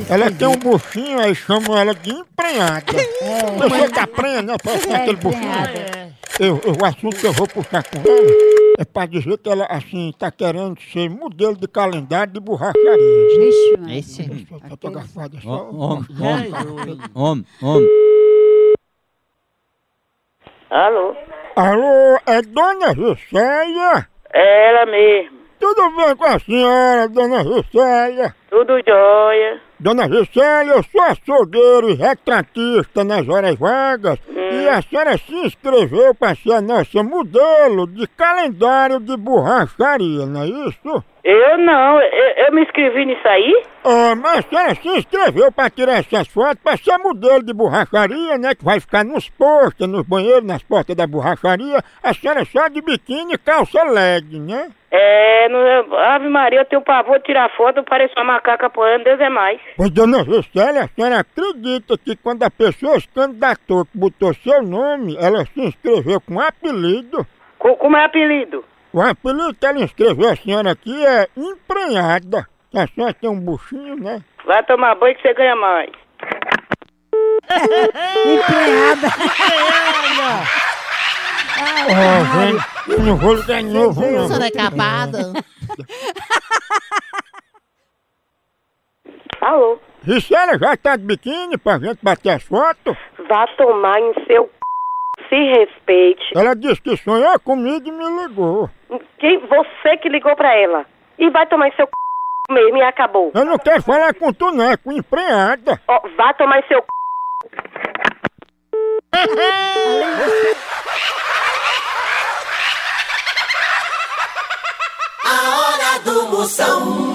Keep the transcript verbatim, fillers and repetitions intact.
Ela tem um buchinho, aí chamam ela de emprenhada. É. Você tá prenha, né? Parece É, aquele buchinho. emprenhada. Eu, eu, o assunto que eu vou puxar com ela é pra dizer que ela, assim, tá querendo ser modelo de calendário de borracharia. Vixe, mano. Esse. Só tá autografada, só. Homem, homem, homem, homem. Alô? Alô, é Dona Juscelia? É ela mesmo. Tudo bem com a senhora, Dona Juscelia? Tudo jóia. Dona Juscelia, eu sou açougueiro e retratista nas horas vagas e a senhora se inscreveu para ser a nossa modelo de calendário de borracharia, não é isso? Eu não, eu, eu me inscrevi nisso aí? Ah, mas a senhora se inscreveu para tirar essas fotos para ser modelo de borracharia, né? Que vai ficar nos postos, nos banheiros, nas portas da borracharia. A senhora só de biquíni e calça leg, né? É, no, Ave Maria, eu tenho pavor de tirar foto, eu pareço uma macaca apoiando, Deus é mais. Pois, Dona Juscelia, a senhora acredita que quando a pessoa se candidatou, que botou seu nome, ela se inscreveu com apelido? Co- como é apelido? O apelido que ela inscreveu a senhora aqui é emprenhada. A senhora tem um buchinho, né? Vai tomar banho que você ganha mais. Emprenhada. Ó, gente, eu não vou ligar de novo, não. Senhora acabada. Alô? Juscelia já tá de biquíni pra gente bater as fotos? Vá tomar em seu c... se respeite. Ela disse que sonhou comigo e me ligou. Quem, você que ligou pra ela. E vai tomar em seu c... mesmo e acabou. Eu não quero falar com tu, não, é com emprenhada. Ó, vá tomar em seu c... A hora do Moção.